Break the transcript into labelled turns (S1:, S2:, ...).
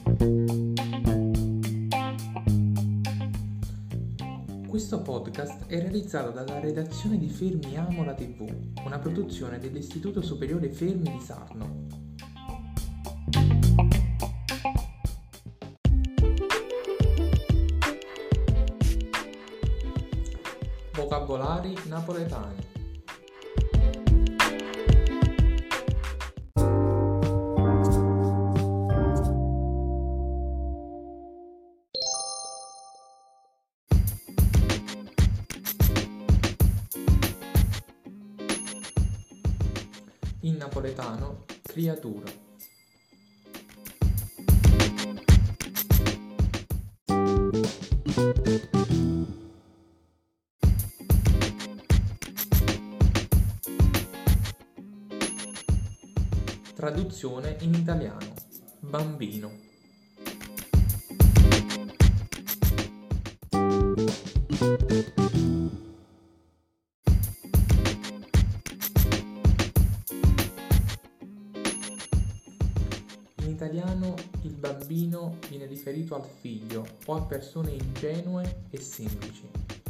S1: Questo podcast è realizzato dalla redazione di Fermi Amo la TV, una produzione dell'Istituto Superiore Fermi di Sarno. Vocabolari napoletani. In napoletano, creatura. Traduzione in italiano: bambino. In italiano il bambino viene riferito al figlio o a persone ingenue e semplici.